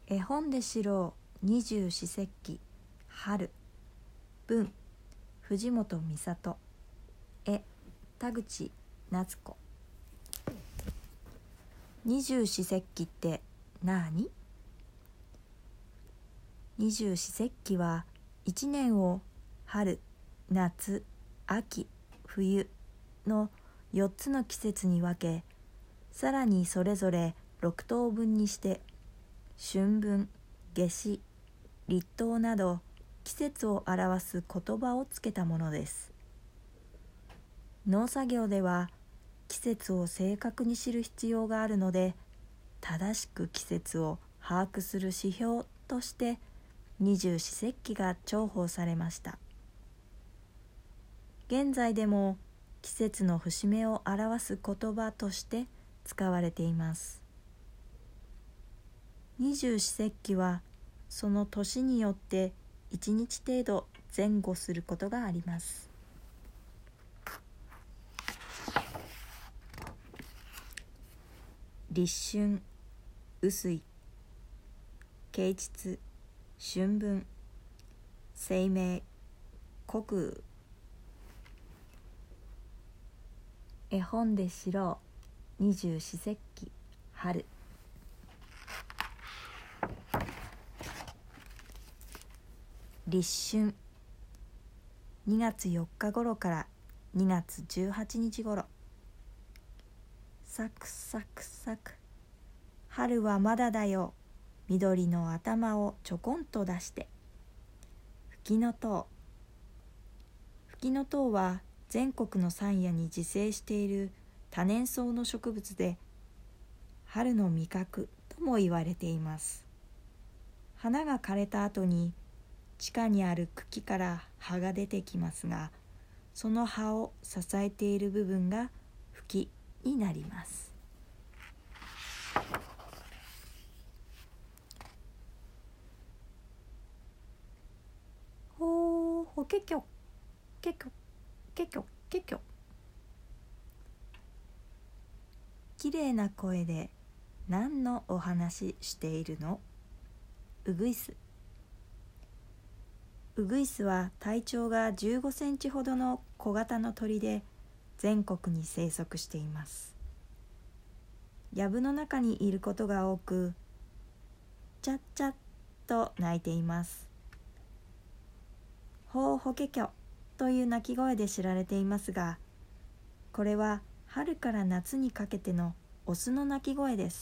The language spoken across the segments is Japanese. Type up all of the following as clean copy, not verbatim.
絵本で知ろう二十四節気春。文藤本美里。絵田口夏子。二十四節気って何？二十四節気は一年を春、夏、秋、冬の4つの季節に分け、さらにそれぞれ6等分にして春分、夏至、立冬など季節を表す言葉をつけたものです。農作業では季節を正確に知る必要があるので、正しく季節を把握する指標として二十四節気が重宝されました。現在でも季節の節目を表す言葉として使われています。二十四節気はその年によって1日程度前後することがあります。立春、雨水、啓蟄、春分、清明、穀雨。絵本で知ろう二十四節気春。立春、2月4日頃から2月18日頃。サクサクサク、春はまだだよ。緑の頭をちょこんと出して。フキノトウ。フキノトウは全国の山野に自生している多年草の植物で、春の味覚とも言われています。花が枯れた後に地下にある茎から葉が出てきますが、その葉を支えている部分が茎になります。ほーほけきょけきょけきょけきょ。きれいな声で何のお話しているの？ウグイス。ウグイスは体長が15センチほどの小型の鳥で、全国に生息しています。藪の中にいることが多く、チャッチャッと鳴いています。ほうほけきょという鳴き声で知られていますが、これは春から夏にかけてのオスの鳴き声です。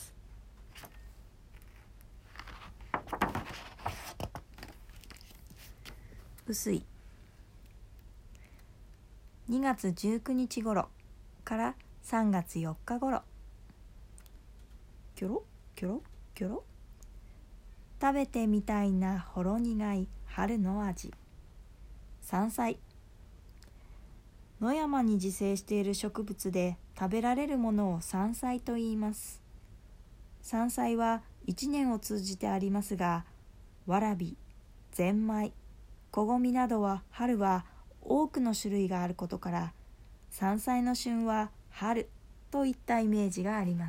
雨水。2月19日頃から3月4日頃。キョロキョロキョロ。食べてみたいなほろ苦い春の味。山菜。野山に自生している植物で、食べられるものを山菜と言います。山菜は一年を通じてありますが、わらび、ゼンマイ、こごみなどは春は多くの種類があることから、山菜の旬は春といったイメージがあります。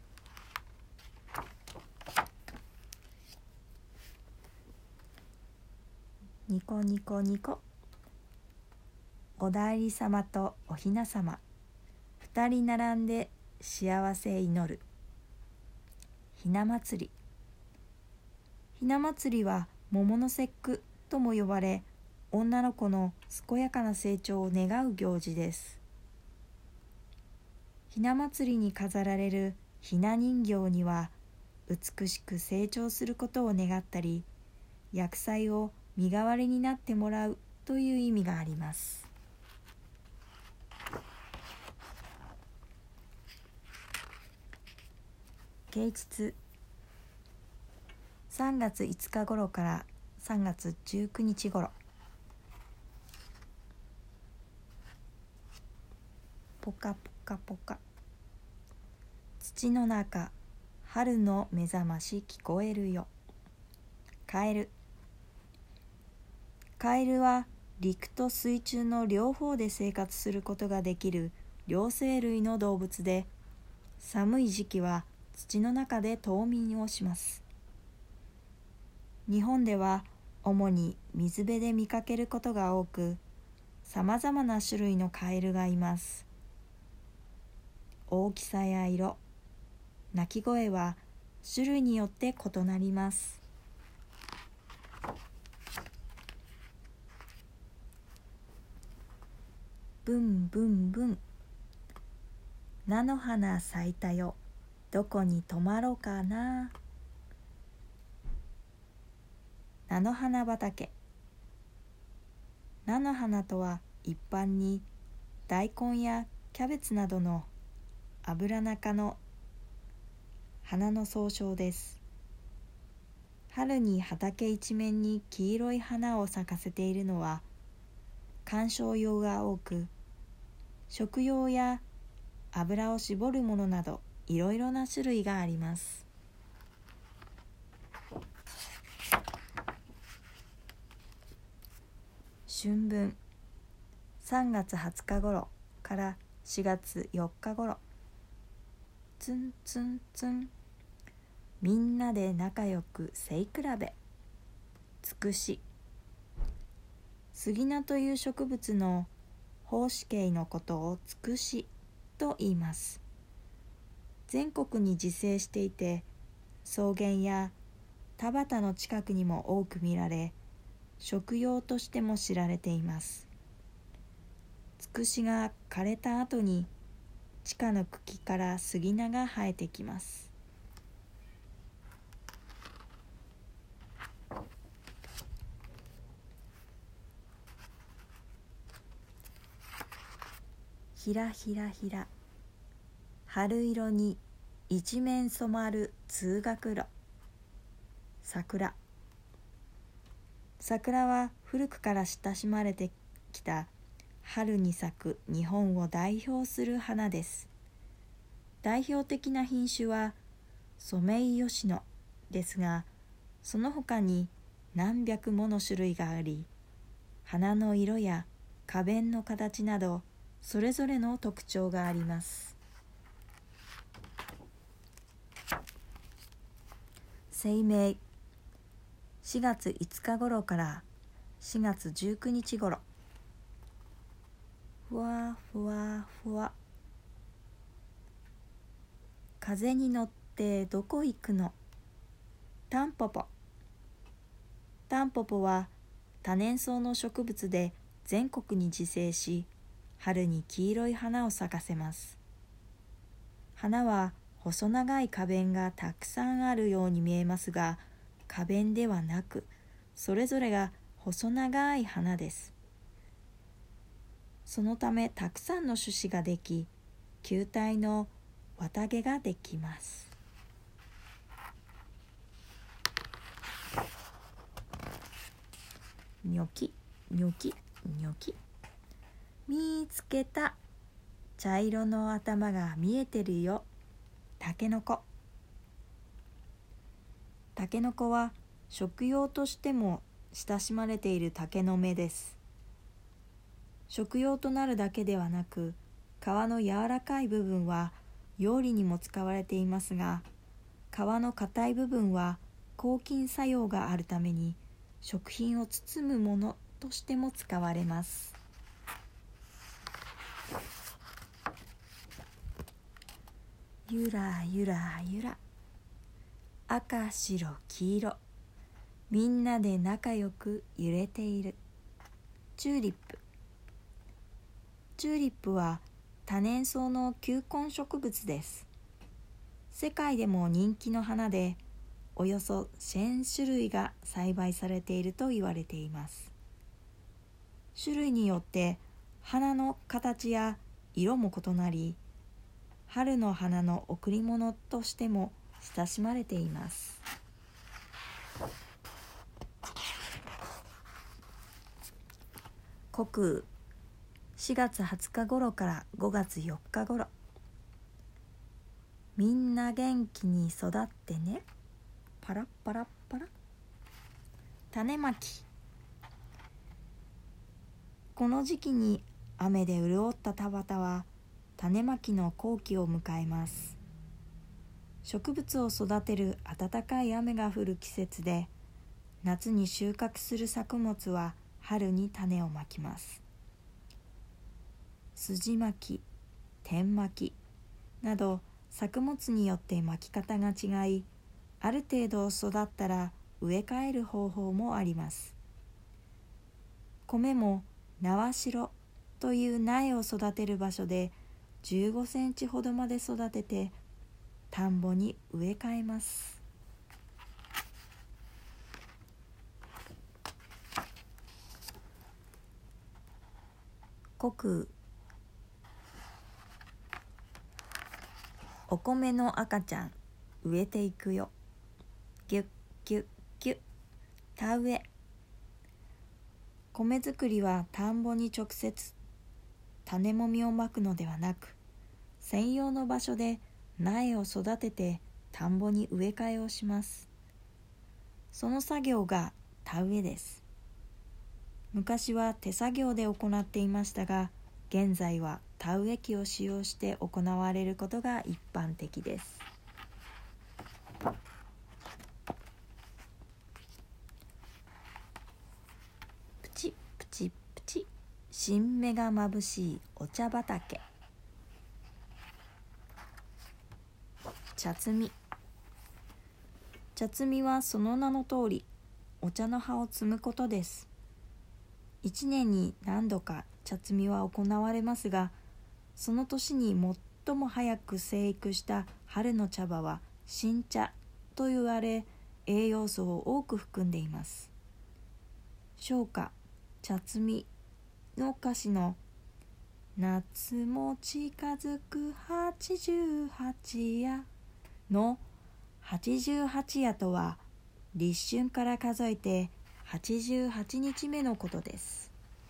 ニコニコニコ。お内裏様とおひな様、2人並んで幸せ祈る。ひな祭り。ひな祭りは桃の節句とも呼ばれ、女の子の健やかな成長を願う行事です。ひな祭りに飾られるひな人形には、美しく成長することを願ったり、厄災を身代わりになってもらうという意味があります。啓蟄。3月5日頃から3月19日頃。ポカポカポカ。土の中、春の目覚まし聞こえるよ。カエル。カエルは陸と水中の両方で生活することができる両生類の動物で、寒い時期は土の中で冬眠をします。 日本では主に水辺で見かけることが多く、さまざまな種類のカエルがいます。大きさや色、鳴き声は種類によって異なります。ブンブンブン、菜の花咲いたよ、どこに泊まろうかな。菜の花畑。菜の花とは一般に大根やキャベツなどのアブラナ科の花の総称です。春に畑一面に黄色い花を咲かせているのは観賞用が多く、食用や油を絞るものなどいろいろな種類があります。春分、3月20日頃から4月4日頃。ツンツンツン、みんなで仲良く背比べ。つくし、杉菜という植物の胞子系のことをつくしと言います。全国に自生していて、草原や田畑の近くにも多く見られ、食用としても知られています。つくしが枯れた後に地下の茎から杉菜が生えてきます。ひらひらひら、春色に一面染まる通学路。桜。桜は古くから親しまれてきた春に咲く日本を代表する花です。代表的な品種はソメイヨシノですが、その他に何百もの種類があり、花の色や花弁の形などそれぞれの特徴があります。清明、4月5日頃から4月19日頃。ふわふわふわ、風に乗ってどこ行くの。タンポポ。タンポポは多年草の植物で全国に自生し、春に黄色い花を咲かせます。花は細長い花弁がたくさんあるように見えますが、花弁ではなく、それぞれが細長い花です。そのためたくさんの種子ができ、球体の綿毛ができます。ニョキニョキニョキ、見つけた。茶色の頭が見えてるよ。タケノコ。タケノコは食用としても親しまれている竹の芽です。食用となるだけではなく、皮の柔らかい部分は料理にも使われていますが、皮の硬い部分は抗菌作用があるために食品を包むものとしても使われます。ゆらゆらゆら、赤白黄色、みんなで仲良く揺れている。チューリップ。チューリップは多年草の球根植物です。世界でも人気の花で、およそ1000種類が栽培されていると言われています。種類によって花の形や色も異なり、春の花の贈り物としても親しまれています。穀雨、4月20日頃から5月4日頃。みんな元気に育ってね。パラッパラッパラ。種まき。この時期に雨で潤った田畑は種まきの好機を迎えます。植物を育てる暖かい雨が降る季節で、 夏に収穫する作物は春に種をまきます。筋まき、点まきなど作物によってまき方が違い、ある程度育ったら植え替える方法もあります。米も苗代という苗を育てる場所で15センチほどまで育てて田んぼに植え替えます。穀雨。お米の赤ちゃん植えていくよ。ぎゅっぎゅっぎゅっ。田植え。米作りは田んぼに直接種もみをまくのではなく、専用の場所で苗を育てて田んぼに植え替えをします。その作業が田植えです。昔は手作業で行っていましたが、現在は田植え機を使用して行われることが一般的です。プチプチプチ、新芽がまぶしいお茶畑。茶摘み。茶摘みはその名の通り、お茶の葉を摘むことです。1年に何度か茶摘みは行われますが、その年に最も早く生育した春の茶葉は新茶と言われ、栄養素を多く含んでいます。唱歌、茶摘みの歌詞の夏も近づく88夜の88夜とは、立春から数えて88日目のことです。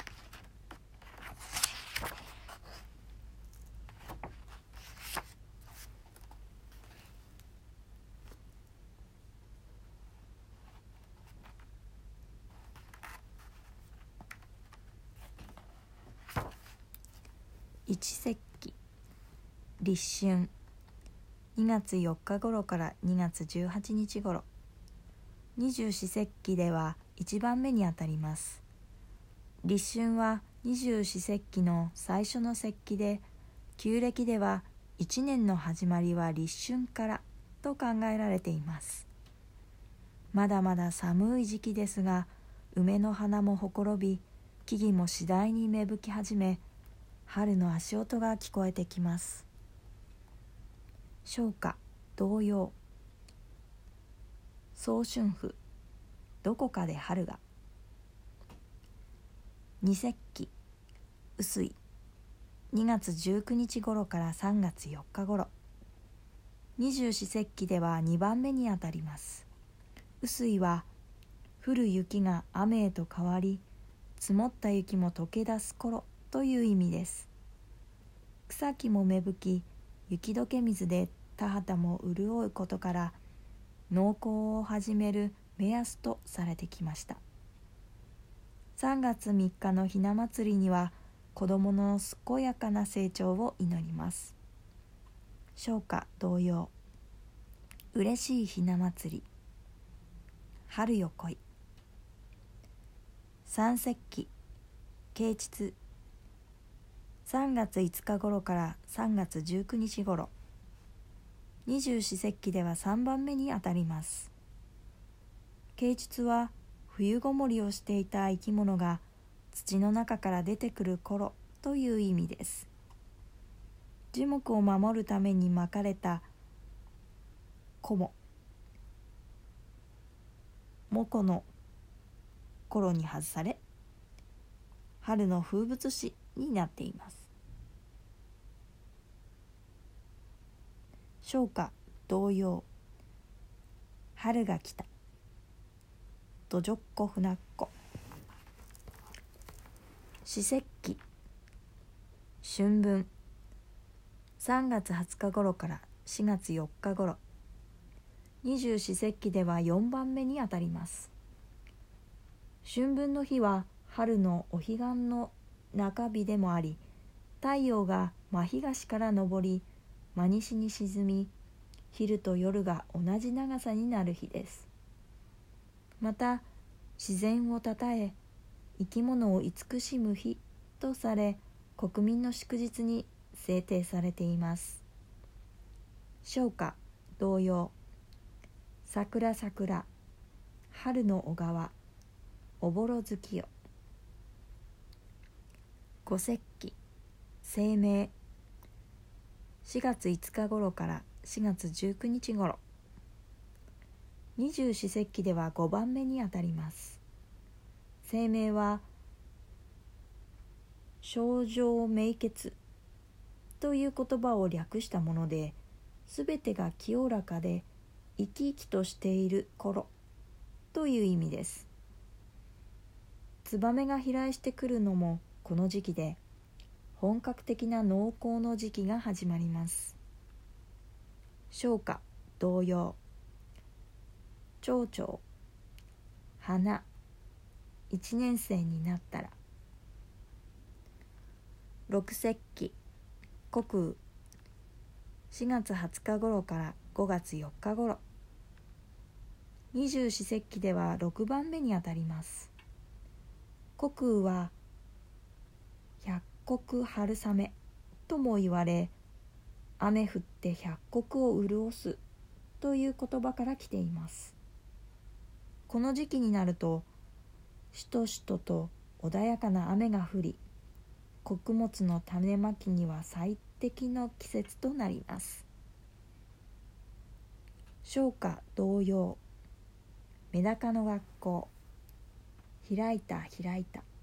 一節気。立春。2月4日頃から2月18日頃。二十四節気では1番目にあたります。立春は二十四節気の最初の節気で、旧暦では1年の始まりは立春からと考えられています。まだまだ寒い時期ですが、梅の花もほころび、木々も次第に芽吹き始め、春の足音が聞こえてきます。唱歌、童謡。早春風、どこかで春が。二節気、雨水。2月19日頃から3月4日頃。二十四節気では2番目にあたります。雨水は降る雪が雨へと変わり、積もった雪も溶け出す頃という意味です。草木も芽吹き、雪解け水で田畑も潤うことから、農耕を始める目安とされてきました。3月3日のひな祭りには、子どもの健やかな成長を祈ります。唱歌、童謡。嬉しいひな祭り。春よ来い。三節気、啓蟄。3月5日頃から3月19日頃。二十四節気では3番目にあたります。啓蟄は冬ごもりをしていた生き物が土の中から出てくる頃という意味です。樹木を守るためにまかれた菰、菰の頃に外され、春の風物詩になっています。唱歌、童謡。春が来た。どじょっこふなっこ。四節気、春分。3月20日頃から4月4日頃。二十四節気では4番目にあたります。春分の日は春のお彼岸の中日でもあり、太陽が真東から昇り、真西に沈み、昼と夜が同じ長さになる日です。また、 自然をたたえ生き物を慈しむ日とされ、国民の祝日に制定されています。唱歌童謡、桜桜、春の小川、おぼろ月よ。五節気、清明、4月5日頃から4月19日頃。二十四節気では5番目にあたります。清明は清浄明潔という言葉を略したもので、すべてが清らかで生き生きとしている頃という意味です。ツバメが飛来してくるのもこの時期で、本格的な農耕の時期が始まります。唱歌童謡、蝶々、花、1年生になったら。六節気、穀雨、4月20日頃から5月4日頃。二十四節気では6番目にあたります。穀雨は百穀春雨とも言われ、雨降って百穀を潤すという言葉から来ています。この時期になると、しとしとと穏やかな雨が降り、穀物の種まきには最適の季節となります。唱歌童謡、メダカの学校、開いた開いた。